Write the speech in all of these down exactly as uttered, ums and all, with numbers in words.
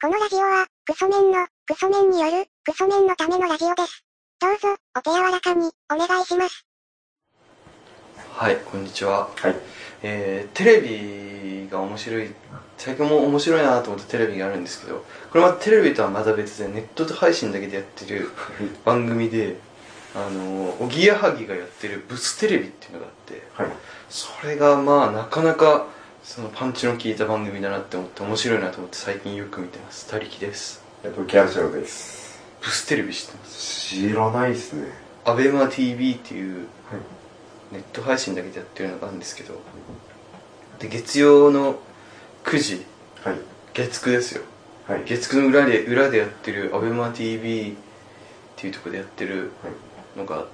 このラジオは、クソメンの、クソメンによる、クソメンのためのラジオです。どうぞ、お手柔らかに、お願いします。 はい、こんにちは。 はい。 えー、テレビが面白い、最近も面白いなと思ったテレビがあるんですけど、これまたテレビとはまた別でネット配信だけでやってる番組で、あの、おぎやはぎがやってるブステレビっていうのがあって、 はい。 それがまあなかなかそのパンチの効いた番組だなって思って面白いなと思って最近よく見てます。他力です。 えっと、ギャルシャロです。 ブステレビ知ってます？ 知らないっすね。 アベマ ティービー っていう、 はい。 ネット配信だけでやってるのがあるんですけど、で月曜のくじ、 はい。 月くですよ、 はい。 月くの裏で裏でやってるアベマ ティービー っていうところでやってるのがあって、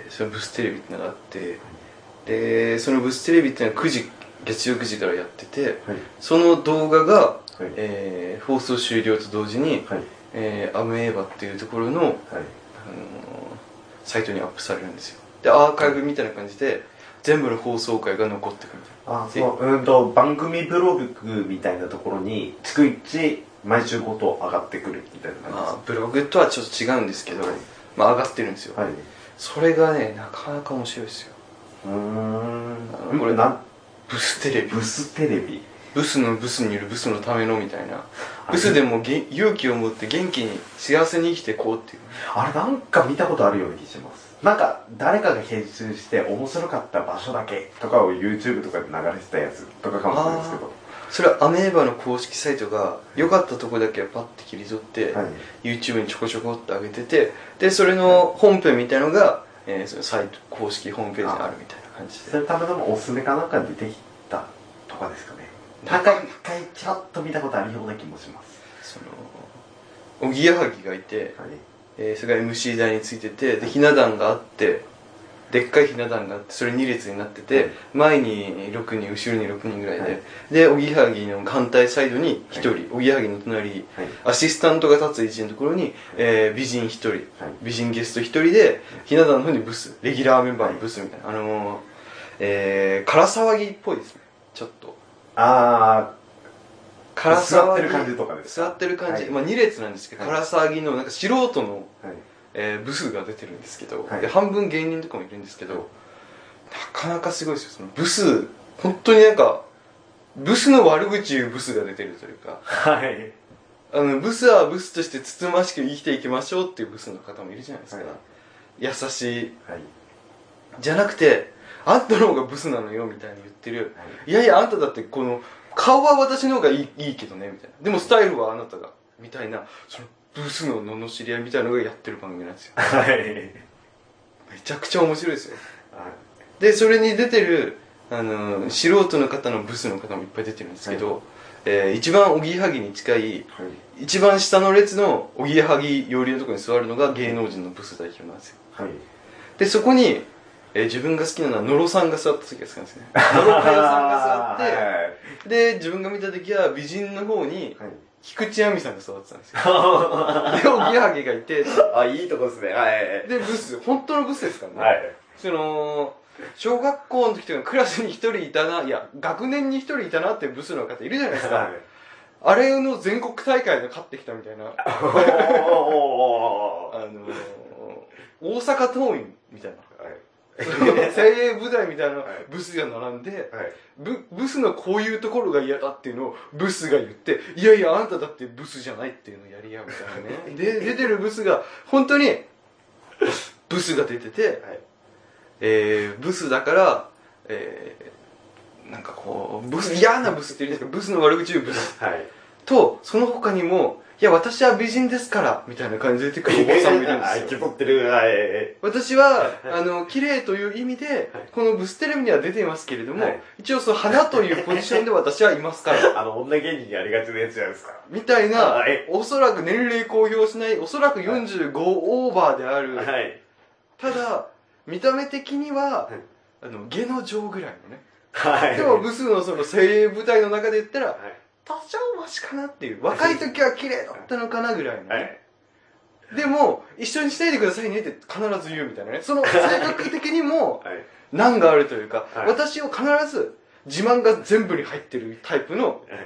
そのブステレビってのがあって、でそのブステレビっていうのはくじ、月曜くじからやってて、 はい。 その動画が、 はい。 えー放送終了と同時に、 はい。 えーアムエーバっていうところの、 はい。 あのーサイトにアップされるんですよ。でアーカイブみたいな感じで全部の放送回が残ってくるみたいな。 あ、そう、うんと、番組ブログみたいなところに、逐一、毎週ごと上がってくるみたいな感じです。 まあ、ブログとはちょっと違うんですけど、 はい。 まあ上がってるんですよ。 はい。 それがね、なかなか面白いですよ。 うーん。 これこれ、なん、 ブステレビ。 ブステレビ。 ブスのブスによるブスのためのみたいな。ブスでもげ勇気を持って元気に幸せに生きていこうっていう。 あれ、なんか見たことあるような気がします。なんか、誰かが編集して面白かった場所だけとかを YouTube とかで流れてたやつとかかもしれないですけど。 それはアメーバの公式サイトが良かったとこだけパッて切り取って、 はい、 YouTube にちょこちょこって上げてて、でそれの本編みたいのが、えー、そのサイト公式ホームページにあるみたいな感じで。 それたまたまおすすめかなんかで出てきたとかですかね。なんか一回ちらっと見たことあるような気もします。 そのおぎやはぎがいて、はい、えー、それが エムシー 台についてて、でひな壇があって、でっかいひな壇があって、それに列になってて、はい、前にろくにん、後ろにろくにんぐらいで、はい、でおぎやはぎの反対サイドにひとり、はい、おぎやはぎの隣、はい、アシスタントが立つ位置のところに、はい、えー、美人ひとり、はい、美人ゲストひとりで、ひな壇の方にブス、レギュラーメンバーのブスみたいな、はい、あのー、えー、から騒ぎっぽいですね、ちょっと。 あー、 から座ってる感じとかですか？ 座ってる感じ、はい、まあに列なんですけど、 はい、 から騒ぎのなんか素人の、はい、えー、ブスが出てるんですけど、はい、で半分芸人とかもいるんですけど、はい、なかなかすごいですよ。そのブス、本当になんかブスの悪口言うブスが出てるというか、 はい、 あのブスはブスとしてつつましく生きていきましょうっていうブスの方もいるじゃないですか、はい、優しい、はい、じゃなくてあんたの方がブスなのよみたいに言ってる、はい、いやいやあんただってこの顔は私の方がいい、いいけどねみたいな、でもスタイルはあなたがみたいな、そのブスの罵り合いみたいなのがやってる番組なんですよ。 はい。 めちゃくちゃ面白いですよ。はい、でそれに出てるあの素人の方のブスの方もいっぱい出てるんですけど、はい、えー、一番おぎやはぎに近い、はい、一番下の列のおぎやはぎ寄りのところに座るのが芸能人のブス代表なんですよ。はい、でそこに、えー、自分が好きなのは野呂さんが座った時が好きなんですね。野呂佳代さんが座って、はい、で自分が見た時は美人の方に、はい、菊池亜美さんが座ってたんですよ。でおぎやはぎがいて、 あ、いいとこですね。はい。 でブス、本当のブスですからね。 はい。 その小学校の時とかクラスに一人いたな、いや学年に一人いたなっていうブスの方いるじゃないですか。はい、あれの全国大会で勝ってきたみたいな。あのー、大阪桐蔭みたいな。はい、精鋭部隊みたいなブスが並んで、はい、ブ, ブスのこういうところが嫌だっていうのをブスが言って、いやいやあんただってブスじゃないっていうのをやり合うみたいなね。で出てるブスが本当にブスが出てて、はい、えー、ブスだから、えー、なんかこうブス、嫌なブスって言うんですか、ブスの悪口言うブス、はい、とその他にも、いや私は美人ですからみたいな感じで出てくるおばさんもいるんですよ。 気取ってる。はい、 私はあの綺麗という意味で、はい、このブステレビには出ていますけれども、はい、一応その花というポジションで私はいますからあの女芸人にありがちなやつじゃないですかみたいな、はい、おそらく年齢公表しない、おそらくよんじゅうごオーバーである、はい、ただ見た目的には、はい、あの下の上ぐらいのね、はい、でもブスのその精鋭部隊の中で言ったら、はい、多少マシかなっていう、若い時は綺麗だったのかなぐらいのね、はい、でも一緒にしないでくださいねって必ず言うみたいなね、その性格的にも難があるというか、はい、私を必ず自慢が全部に入ってるタイプの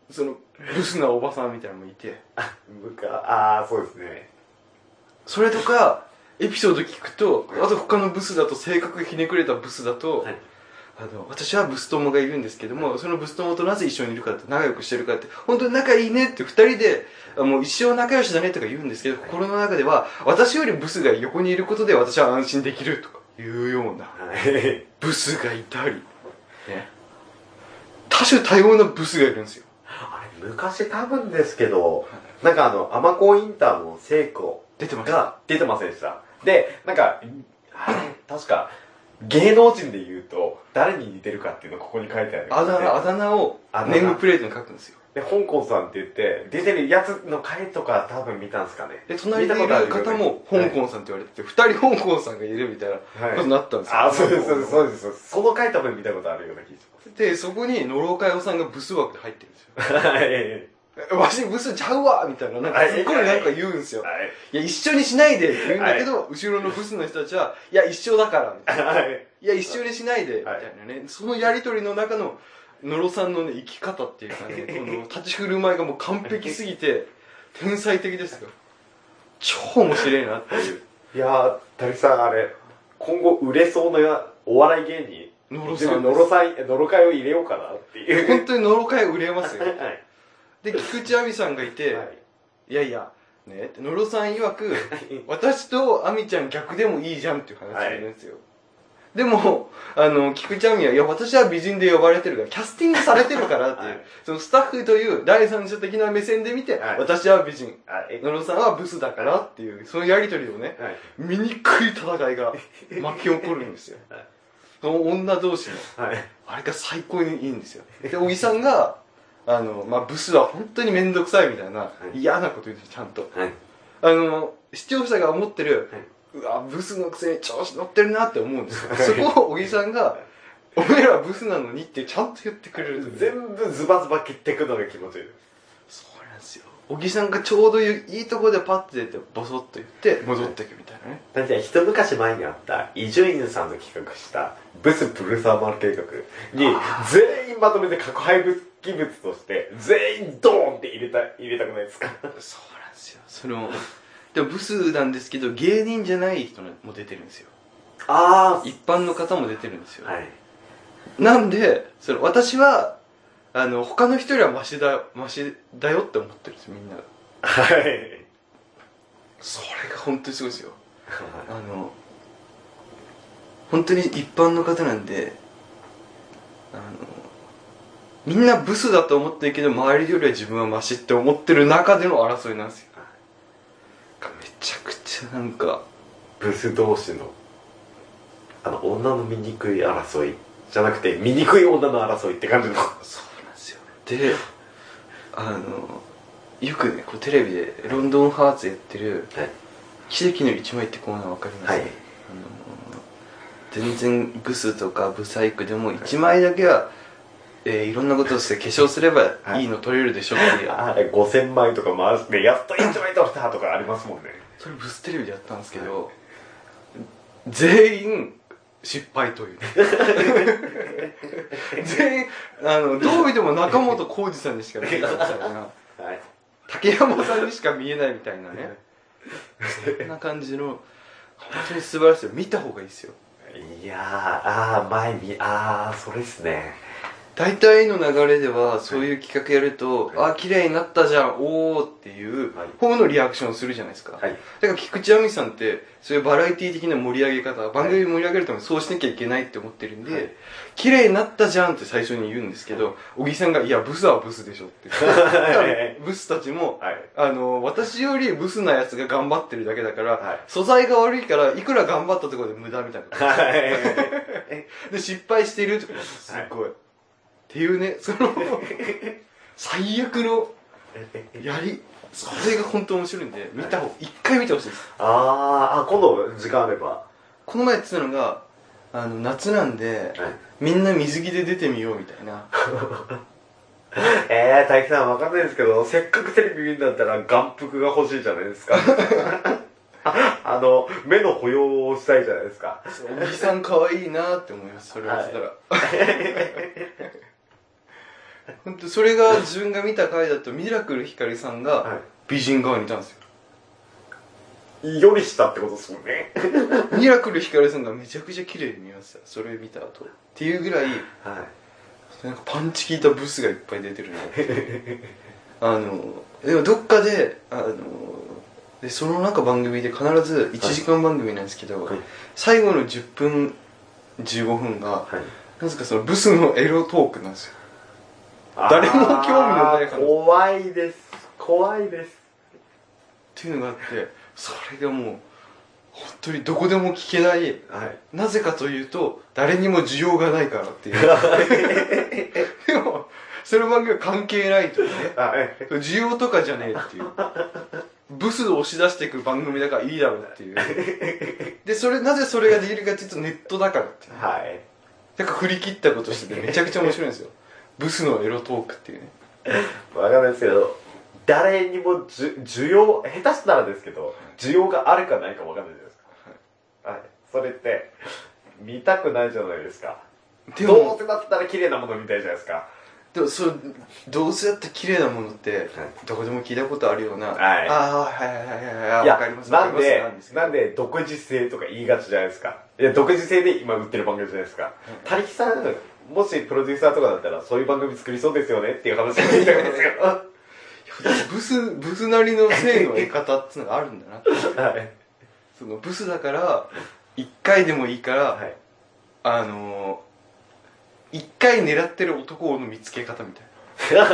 そのブスなおばさんみたいなのもいて、 むかああそうですね。 それとかエピソード聞くと、あと他のブスだと、性格ひねくれたブスだと、はい、あの私はブス友がいるんですけども、そのブス友となぜ一緒にいるかって、仲良くしてるかって、本当に仲いいねって二人でもう一生仲良しだねとか言うんですけど、心の中では私よりブスが横にいることで私は安心できるとかいうようなブスがいたり、ね、多種多様なブスがいるんですよ。 あれ昔多分ですけど、なんかあのアマコインターの聖子出てました。 出てませんでした。で、なんか、あれ、確か、芸能人で言うと、誰に似てるかっていうのがここに書いてある。 あだ名、あだ名をネームプレートに書くんですよ。 で、香港さんって言って、出てるやつの回とか多分見たんですかね。 で、隣にいる方も香港さんって言われてて、二、はい、人香港さんがいるみたいなことになったんですよ。 はい、あ、そうです、そうです、そうです。その回多分見たことあるような気がします。 で、そこに、野呂佳代さんがブス枠で入ってるんですよ。 はい。 わしブスちゃうわみたいな、なんかすっごいなんか言うんですよ。はい、いや、一緒にしないでって言うんだけど、はい、後ろのブスの人たちは、いや、一緒だから、みたいな。はい、いや、一緒にしないで、みたいなね。そのやりとりの中の、野呂さんのね、生き方っていうかね、この立ち振る舞いがもう完璧すぎて、天才的ですよ。超面白いなっていう。 いやー、谷さん、あれ、今後売れそうなお笑い芸人、 野呂さん。 野呂さん、野呂会を入れようかなっていう。 本当に野呂会売れますよ。はい、で、菊池亜美さんがいて、はい、いやいや、ね、野呂さん曰く、私と亜美ちゃん逆でもいいじゃんっていう話をするんですよ。はい、でも、あの、菊池亜美は、いや、私は美人で呼ばれてるから、キャスティングされてるからっていう、はい、そのスタッフという第三者的な目線で見て、はい、私は美人、はい、野呂さんはブスだからっていう、そのやりとりをね、はい、醜い戦いが巻き起こるんですよ。はい、その女同士の、はい、あれが最高にいいんですよ。で、小木さんが、あの、まあ、ブスは本当にめんどくさいみたいな、はい、嫌なこと言うんですよ、ちゃんと。はい、あの、視聴者が思ってる、はい、うわ、ブスのくせに調子乗ってるなって思うんですよ。そこを小木さんが、お前らブスなのにってちゃんと言ってくれる、ね。 全部ズバズバ切ってくのが気持ちいい。 そうなんですよ。小木さんがちょうどいいとこでパッて出て、ボソッと言って、戻っていくみたいなね。 だって一昔前にあった伊集院さんの企画したブスプルサーマル計画に全員まとめて核廃物器物として全員ドーンって入れた入れたくないですか？ そうなんですよ。そのでもブスなんですけど芸人じゃない人も出てるんですよ。 ああ。 一般の方も出てるんですよ。はい。なんでその私はあの他の人よりはマシだマシだよって思ってるんですよみんなが。 はい。 それが本当にすごいですよ。あの本当に一般の方なんであのみんなブスだと思ってるけど周りよりは自分はマシって思ってる中での争いなんですよ。めちゃくちゃなんかブス同士のあの女の醜い争いじゃなくて醜い女の争いって感じの。そうなんですよ。であのよくねこうテレビでロンドンハーツやってる、はい、奇跡の一枚ってコーナーわかりますか、はい、あの全然ブスとかブサイクでも一枚だけは、えー、いろんなことをして化粧すればいいの撮れるでしょっていう、 はい、あれごせんまいとか回してやっといちまい撮ったとかありますもんね。 それブステレビでやったんですけど、はい、全員失敗という全員あのどう見ても中本浩二さんにしか見えないみたいな、はい、竹山さんにしか見えないみたいなねそんな感じの本当に素晴らしい。見た方がいいですよ。 いやーあー前見あーそれっすね。 大体の流れではそういう企画やると、はい、あ綺麗になったじゃんおーっていう方のリアクションをするじゃないですか、はい、だから菊池亜美さんってそういうバラエティ的な盛り上げ方番組盛り上げるためにそうしなきゃいけないって思ってるんで、はい、綺麗になったじゃんって最初に言うんですけど小木さんがいやブスはブスでしょってブスたちも、はい、あの私よりブスなやつが頑張ってるだけだから、はい、素材が悪いからいくら頑張ったところで無駄みたいなで失敗してるとかすっごい、はいっていうね、その最悪のやり、それが本当面白いんで見た方、一回見てほしいです。 あーあ、今度時間あれば。 この前言ってたのがあの夏なんで、はい、みんな水着で出てみようみたいなえー、大樹さんわかんないですけどせっかくテレビ見るんだったら眼福が欲しいじゃないですかあの目の保養をしたいじゃないですか。 おじさん可愛いなって思いますそれをしたら、はい本当それが自分が見た回だとミラクルひかりさんが美人側にいたんですよ、 よりしたってことですもんね。 ミラクルひかりさんがめちゃくちゃ綺麗に見えました、それ見た後っていうぐらい、はい、なんかパンチ効いたブスがいっぱい出てるのあのでもどっかであのでそのなんか番組で必ずいちじかん番組なんですけど、はい、最後のじゅっぷんじゅうごふんが、はい、なぜかそのブスのエロトークなんですよ。誰も興味のない話。 怖いです、怖いですっていうのがあって、それがもう本当にどこでも聞けない、はい、なぜかというと誰にも需要がないからっていうでもその番組は関係ないというね、需要とかじゃねえっていうブスを押し出していく番組だからいいだろうっていうで、それなぜそれができるかっていうとネットだからっていう、はい、だから振り切ったことしててめちゃくちゃ面白いんですよブスのエロトークっていうね。 わかんないですけど、誰にもじゅ需要、下手したらですけど需要があるかないかわかんないじゃないですか、はい、はい、それって見たくないじゃないですか。どうせだったら綺麗なもの見たいじゃないですか。 でもそうどうせだって綺麗なものって、はい、どこでも聞いたことあるような、はい、ああはいはいはいはい、わかります。 なんでなんで独自性とか言いがちじゃないですか。いや独自性で今売ってる番組じゃないですか。他力さんもしプロデューサーとかだったらそういう番組作りそうですよねっていう話を聞いたんですよ。 ブスブスなりの性の得方っていうのがあるんだなって、はい、そのブスだからいっかいでもいいから、はい、あのいっかい狙ってる男の見つけ方みたいな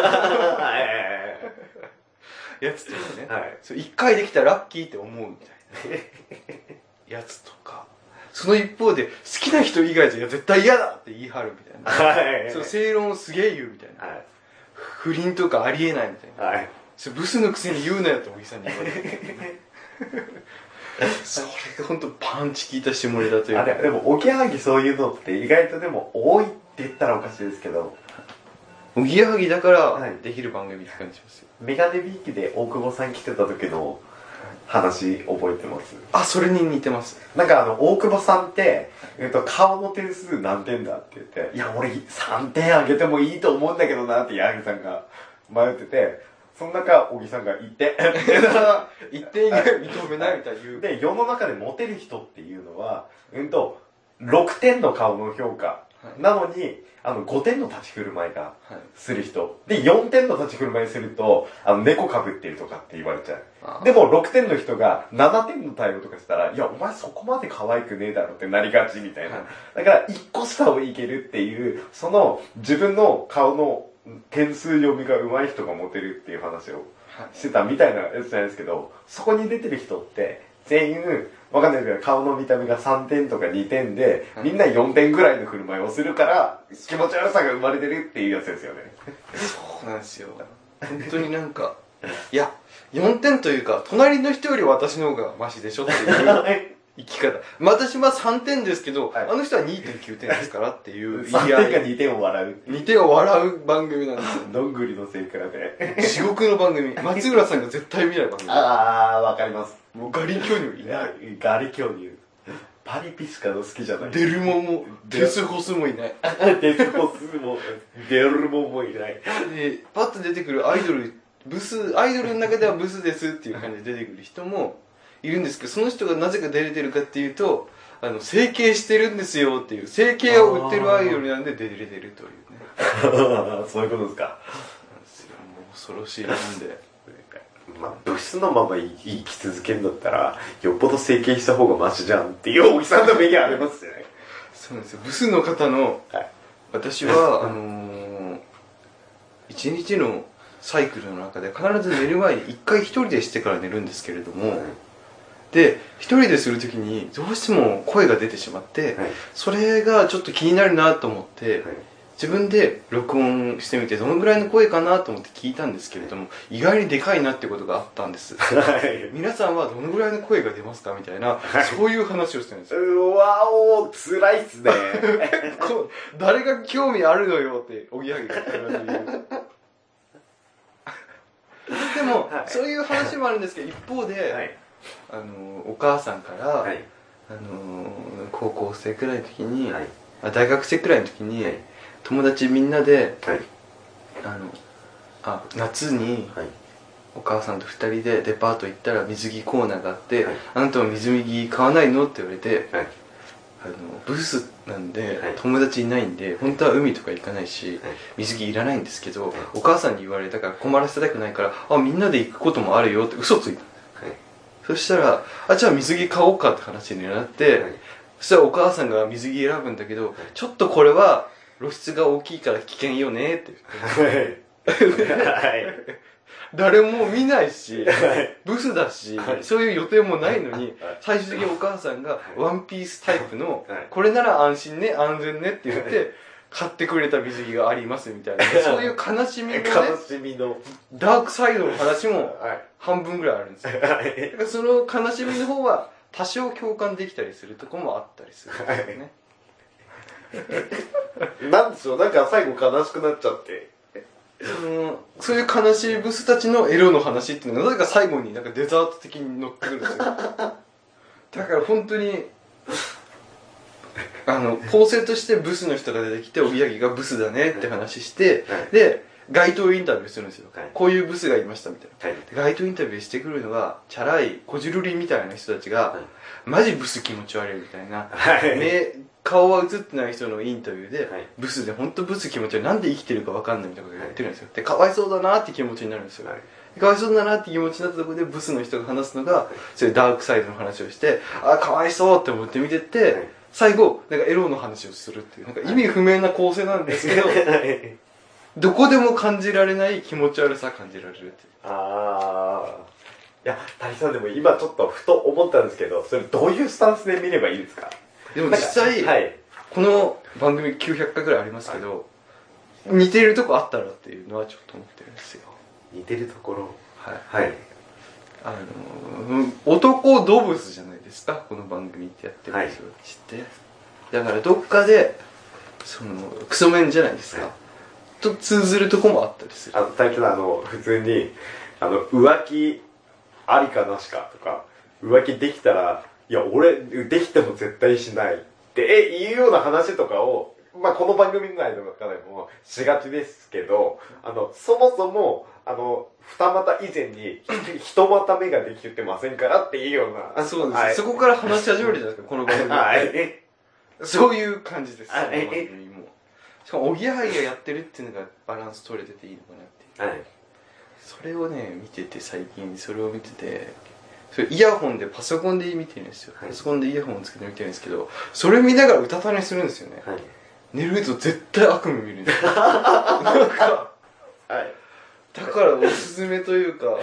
やつとかね、はい、そういっかいできたらラッキーって思うみたいなやつとか、その一方で好きな人以外じゃ絶対嫌だって言い張るみたいな、はい、その正論をすげえ言うみたいな、はい、不倫とかありえないみたいな、はい、それブスのくせに言うなよっておじさんに言われてそれが本当パンチ効いた下ネタというか。 あでもおぎやはぎそういうのって意外とでも多いって言ったらおかしいですけど、 おぎやはぎだからできる番組って感じしますよ。 メガネビーキで大久保さん来てた時の話覚えてます？ あ、それに似てます。 なんかあの大久保さんって、えっと、顔の点数何点だって言って、いや俺さんてんあげてもいいと思うんだけどなって矢作さんが迷ってて、その中小木さんがいっていってん以外認めないみたいな言う。 で世の中でモテる人っていうのはうんとろくてんの顔の評価、はい、なのにあのごてんの立ち振る舞いがする人、はい、でよんてんの立ち振る舞いするとあの猫かぶってるとかって言われちゃう。でもろくてんの人がななてんの対応とかしたら、いやお前そこまで可愛くねえだろってなりがちみたいな、はい、だからいっこ下をいけるっていう、その自分の顔の点数読みが上手い人がモテるっていう話をしてたみたいなやつじゃないですけど、そこに出てる人って全員わかんないけど顔の見た目がさんてんとかにてんで、みんなよんてんぐらいの振る舞いをするから気持ち悪さが生まれてるっていうやつですよね。 そうなんですよ。本当になんかいやよんてんというか隣の人より私の方がマシでしょっていう生き方。私はさんてんですけど、はい、あの人は にてんきゅうてんですからっていう言い合い。さんてんかにてんを笑う。 にてんを笑う番組なんですよ。 どんぐりの背比べ。 地獄の番組。松浦さんが絶対見ない番組。 あー、わかります。 もうガリ巨乳いない。 ガリ巨乳。パリピしか好きじゃない。 デルモも、デスホスもいない。 デスホスも、デルモもいない。 で、パッと出てくるアイドル、ブス、アイドルの中ではブスですっていう感じで出てくる人もいるんですけど、その人がなぜか出れてるかっていうと、あの、整形してるんですよっていう、整形を売ってるアイドルなんで出れてるというね。そういうことですか。もう恐ろしいもんで。 まあ、ブスのまま生き続けるんだったらよっぽど整形した方がマシじゃんっていう大木さんの目にありますよね。 そうなんですよ。ブスの方の、はい、私はあのー、一日のサイクルの中で必ず寝る前に一回一人でしてから寝るんですけれども、はい、で一人でする時にどうしても声が出てしまって、はい、それがちょっと気になるなと思って、はい、自分で録音してみてどのぐらいの声かなと思って聞いたんですけれども、意外にでかいなってことがあったんです、はい、皆さんはどのぐらいの声が出ますかみたいな、はい、そういう話をしてるんですよ。 うわおつらいっすね誰が興味あるのよっておぎやはぎが言うでも、はい、そういう話もあるんですけど、一方で、はい、あのお母さんから、はい、あの高校生くらいの時に、はい、あ大学生くらいの時に、はい、友達みんなで、はい、 あのあ夏に、はい、お母さんとふたりでデパート行ったら水着コーナーがあって、はい、あなたは水着買わないのって言われて、はい、あのブースなんで、はい、友達いないんで本当は海とか行かないし、はい、水着いらないんですけど、はい、お母さんに言われたから困らせたくないからあみんなで行くこともあるよって嘘ついた、はい、そしたらあじゃあ水着買おうかって話になって、はい、そしたらお母さんが水着選ぶんだけど、はい、ちょっとこれは露出が大きいから危険よねって言って、はい、誰も見ないし、ブスだし、はい、そういう予定もないのに、最終的にお母さんがワンピースタイプの、これなら安心ね、安全ねって言って、買ってくれた水着がありますみたいな、そういう悲しみのね、 悲しみのダークサイドの話も半分ぐらいあるんですよ。だからその悲しみの方は多少共感できたりするとこもあったりするんですよね。 なんでしょう、なんか最後悲しくなっちゃって。 うん、そういう悲しいブスたちのエロの話っていうのがなぜか最後になんかデザート的に乗ってくるんですよ。だから本当にあの構成としてブスの人が出てきておぎやはぎがブスだねって話して、はい、で街頭インタビューするんですよ、はい、こういうブスがいましたみたいな、はい、街頭インタビューしてくるのがチャラいこじるりみたいな人たちが、はい、マジブス気持ち悪いみたいな、はい、目顔は映ってない人のインタビューで、はい、ブスで本当ブス気持ち悪い、なんで生きてるか分かんないみたいなこと言ってるんですよ。でかわいそうだなって気持ちになるんですよ、はい、かわいそうだなって気持ちになったところでブスの人が話すのがそういうダークサイドの話をして、あかわいそうって思って見てって、はい、最後なんかエロの話をするっていうなんか意味不明な構成なんですけど、はい、どこでも感じられない気持ち悪さ感じられるっていう。 ああ、いや谷さんでも今ちょっとふと思ったんですけど、それどういうスタンスで見ればいいですか？ でも実際、はい、この番組きゅうひゃっかいぐらいありますけど、はい、似てるとこあったらっていうのはちょっと思ってるんですよ。 似てるところ、 はい、はい、あの男ドブスじゃないですかこの番組ってやってる人たちって、はい、だからどっかでそのクソメンじゃないですか、はい、と通ずるとこもあったりする。 あの最近あの普通にあの浮気ありかなしかとか、浮気できたらいや俺できても絶対しないっていうような話とかを、まあこの番組内の中でもしがちですけど、あのそもそもあの二股以前に一股目ができてませんからっていうような、 あそうです、はい、そこから話し始めるじゃないですかこの番組、はい、そういう感じです、この番組も。しかもおぎやはぎがやってるっていうのがバランス取れてていいのかなっていう、はい、それをね見てて、最近それを見てて、それイヤホンでパソコンで見てるんですよ、はい、パソコンでイヤホンをつけて見てるんですけど、それ見ながらうたた寝するんですよね、はい、寝ると絶対悪夢見るんですよなんか、はい、だからおすすめというか、はい、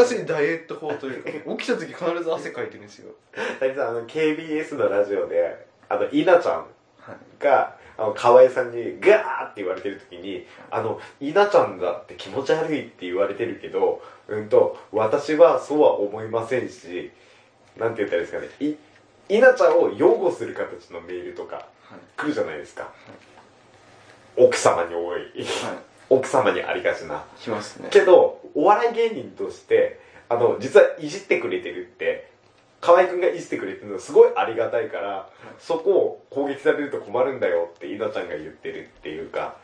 新しいダイエット法というか、起きた時必ず汗かいてるんですよ。 谷さん、あの ケービーエス のラジオであの稲ちゃんが、はい、あの河合さんにガーって言われてる時に、あの稲ちゃんだって気持ち悪いって言われてるけど、うんと私はそうは思いませんし、なんて言ったらいいですかね、い稲ちゃんを擁護する形のメールとか来るじゃないですか、はい、奥様に多い、はい、奥様にありがちな来ますね。 けどお笑い芸人としてあの実はいじってくれてるって、河合くんがいじってくれてるのすごいありがたいから、はい、そこを攻撃されると困るんだよって稲ちゃんが言ってるっていうか、はい、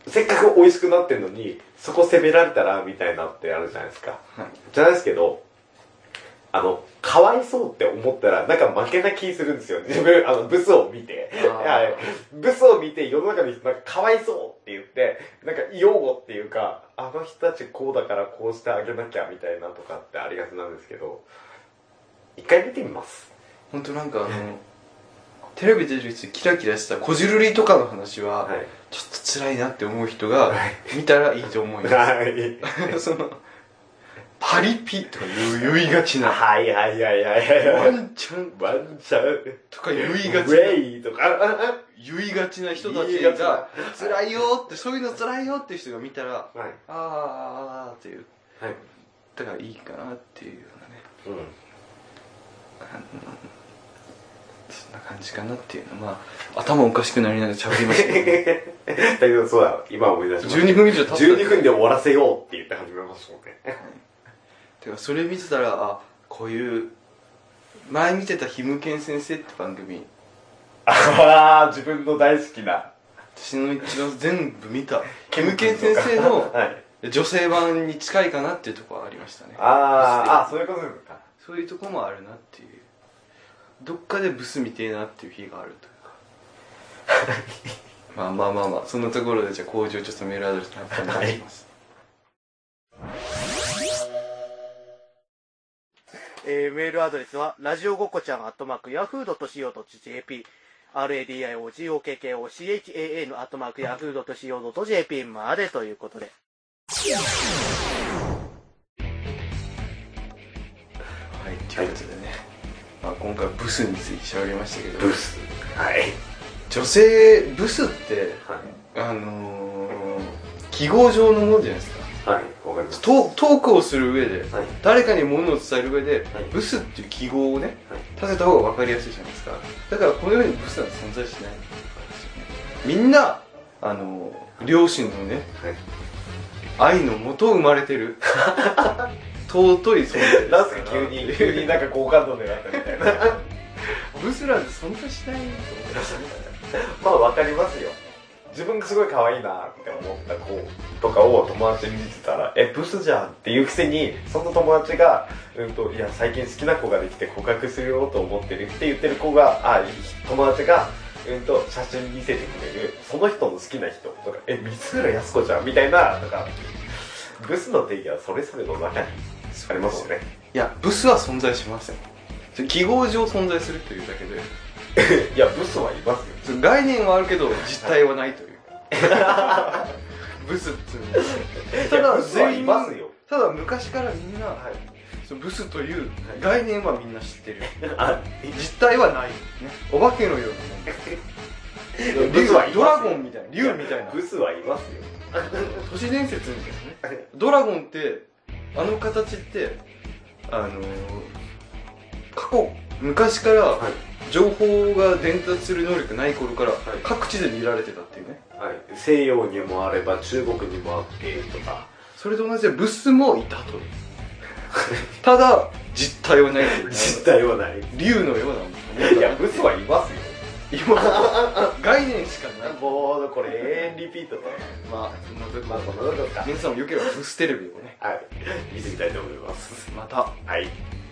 せっかく美味しくなってるのにそこ責められたらみたいなってあるじゃないですか、はい、じゃないですけど、あのかわいそうって思ったらなんか負けな気するんですよ、自分あのブスを見てブスを見て世の中の人なんかかわいそうって言ってなんか擁護っていうか、あの人たちこうだからこうしてあげなきゃみたいなとかってありがちなんですけど、一回見てみます。 本当なんかあのテレビ出る人キラキラしたこじるりとかの話は、はい、ちょっと辛いなって思う人が見たらいいと思います、はい、そのパリピとか言いがちな、 はいはいはいはいワンチャンワンチャンとか言いがちな、 ウェイとか言いがちな人たちが辛いよって、そういうの辛いよっていう人が見たら、はい、あーあーっていう、はい、だからいいかなっていうようなね、うん、あのそんな感じかなっていうのは、まあ頭おかしくなりながら喋りましたけど、ね、 だけどそうだ、今思い出しました。 じゅうにふん以上経ったじゅうにふんで終わらせようって言って始めましたもんね、はい、 てかそれ見てたら、あ、こういう前見てたひむけん先生って番組、 ああ自分の大好きな私の一番全部見たケムケン先生の女性版に近いかなっていうところはありましたね。 ああ、そういうことですか。 そういうところもあるなっていう、どっかでブスみてえなっていう日があるというかまあまあまあまあ、そんなところでじゃあ工場ちょっとメールアドレスの発表お願いします。 えー、メールアドレスはラジオごっこちゃんアットマークヤフードと シーオードットジェーピー ラディオゴッコちゃん アットマークヤフードと シーオードットジェーピー までということで、 はい、ということでね、まあ、今回ブスについて喋りましたけど、 ブス、はい、 女性ブスって、はい、あのー、記号上のものじゃないですか。 はい、わかります。 ト, トークをする上で、はい、誰かに物を伝える上で、はい、ブスっていう記号をね、はい、立てた方が分かりやすいじゃないですか。だからこのようにブスなんて存在しない。みんなあの両親のね、はい、愛の元生まれてる尊い存在。 なんすか急に急になんか好感度狙ったみたいなブスなんて存在しないと思いますね。 まあ分かりますよ。自分がすごい可愛いなって思った子とかを友達に見てたら、え、ブスじゃんっていうくせに、その友達が、うんと、いや、最近好きな子ができて告白するよと思ってるって言ってる子が、あ、友達が、うんと、写真見せてくれる、その人の好きな人とか、え、光浦靖子じゃんみたいな、とか、ブスの定義はそれぞれの中にありますよね。 いや、ブスは存在しません。記号上存在するというだけで。 いや、ブスはいますよ。 概念はあるけど実態はないというブスっていうのはただ全員ただ昔からみんな、はい、そのブスという概念はみんな知ってる実態はない、ね、お化けのようなもんブスはいますよ。 ドラゴンみたいな竜みたいなブスはいますよ都市伝説みたいなねドラゴンってあの形ってあのー、過去昔から、はい情報が伝達する能力ない頃から各地で見られてたっていうね、 はい、西洋にもあれば中国にもあってとかそれと同じでブスもいたとただ実態はないという実態はない竜のようなものいやブスはいますよ今概念しかないもうこれ永遠リピートだまあそんなとこまあそんなとこか皆さんもよければブステレビをねはい見てみたいと思いますまたはい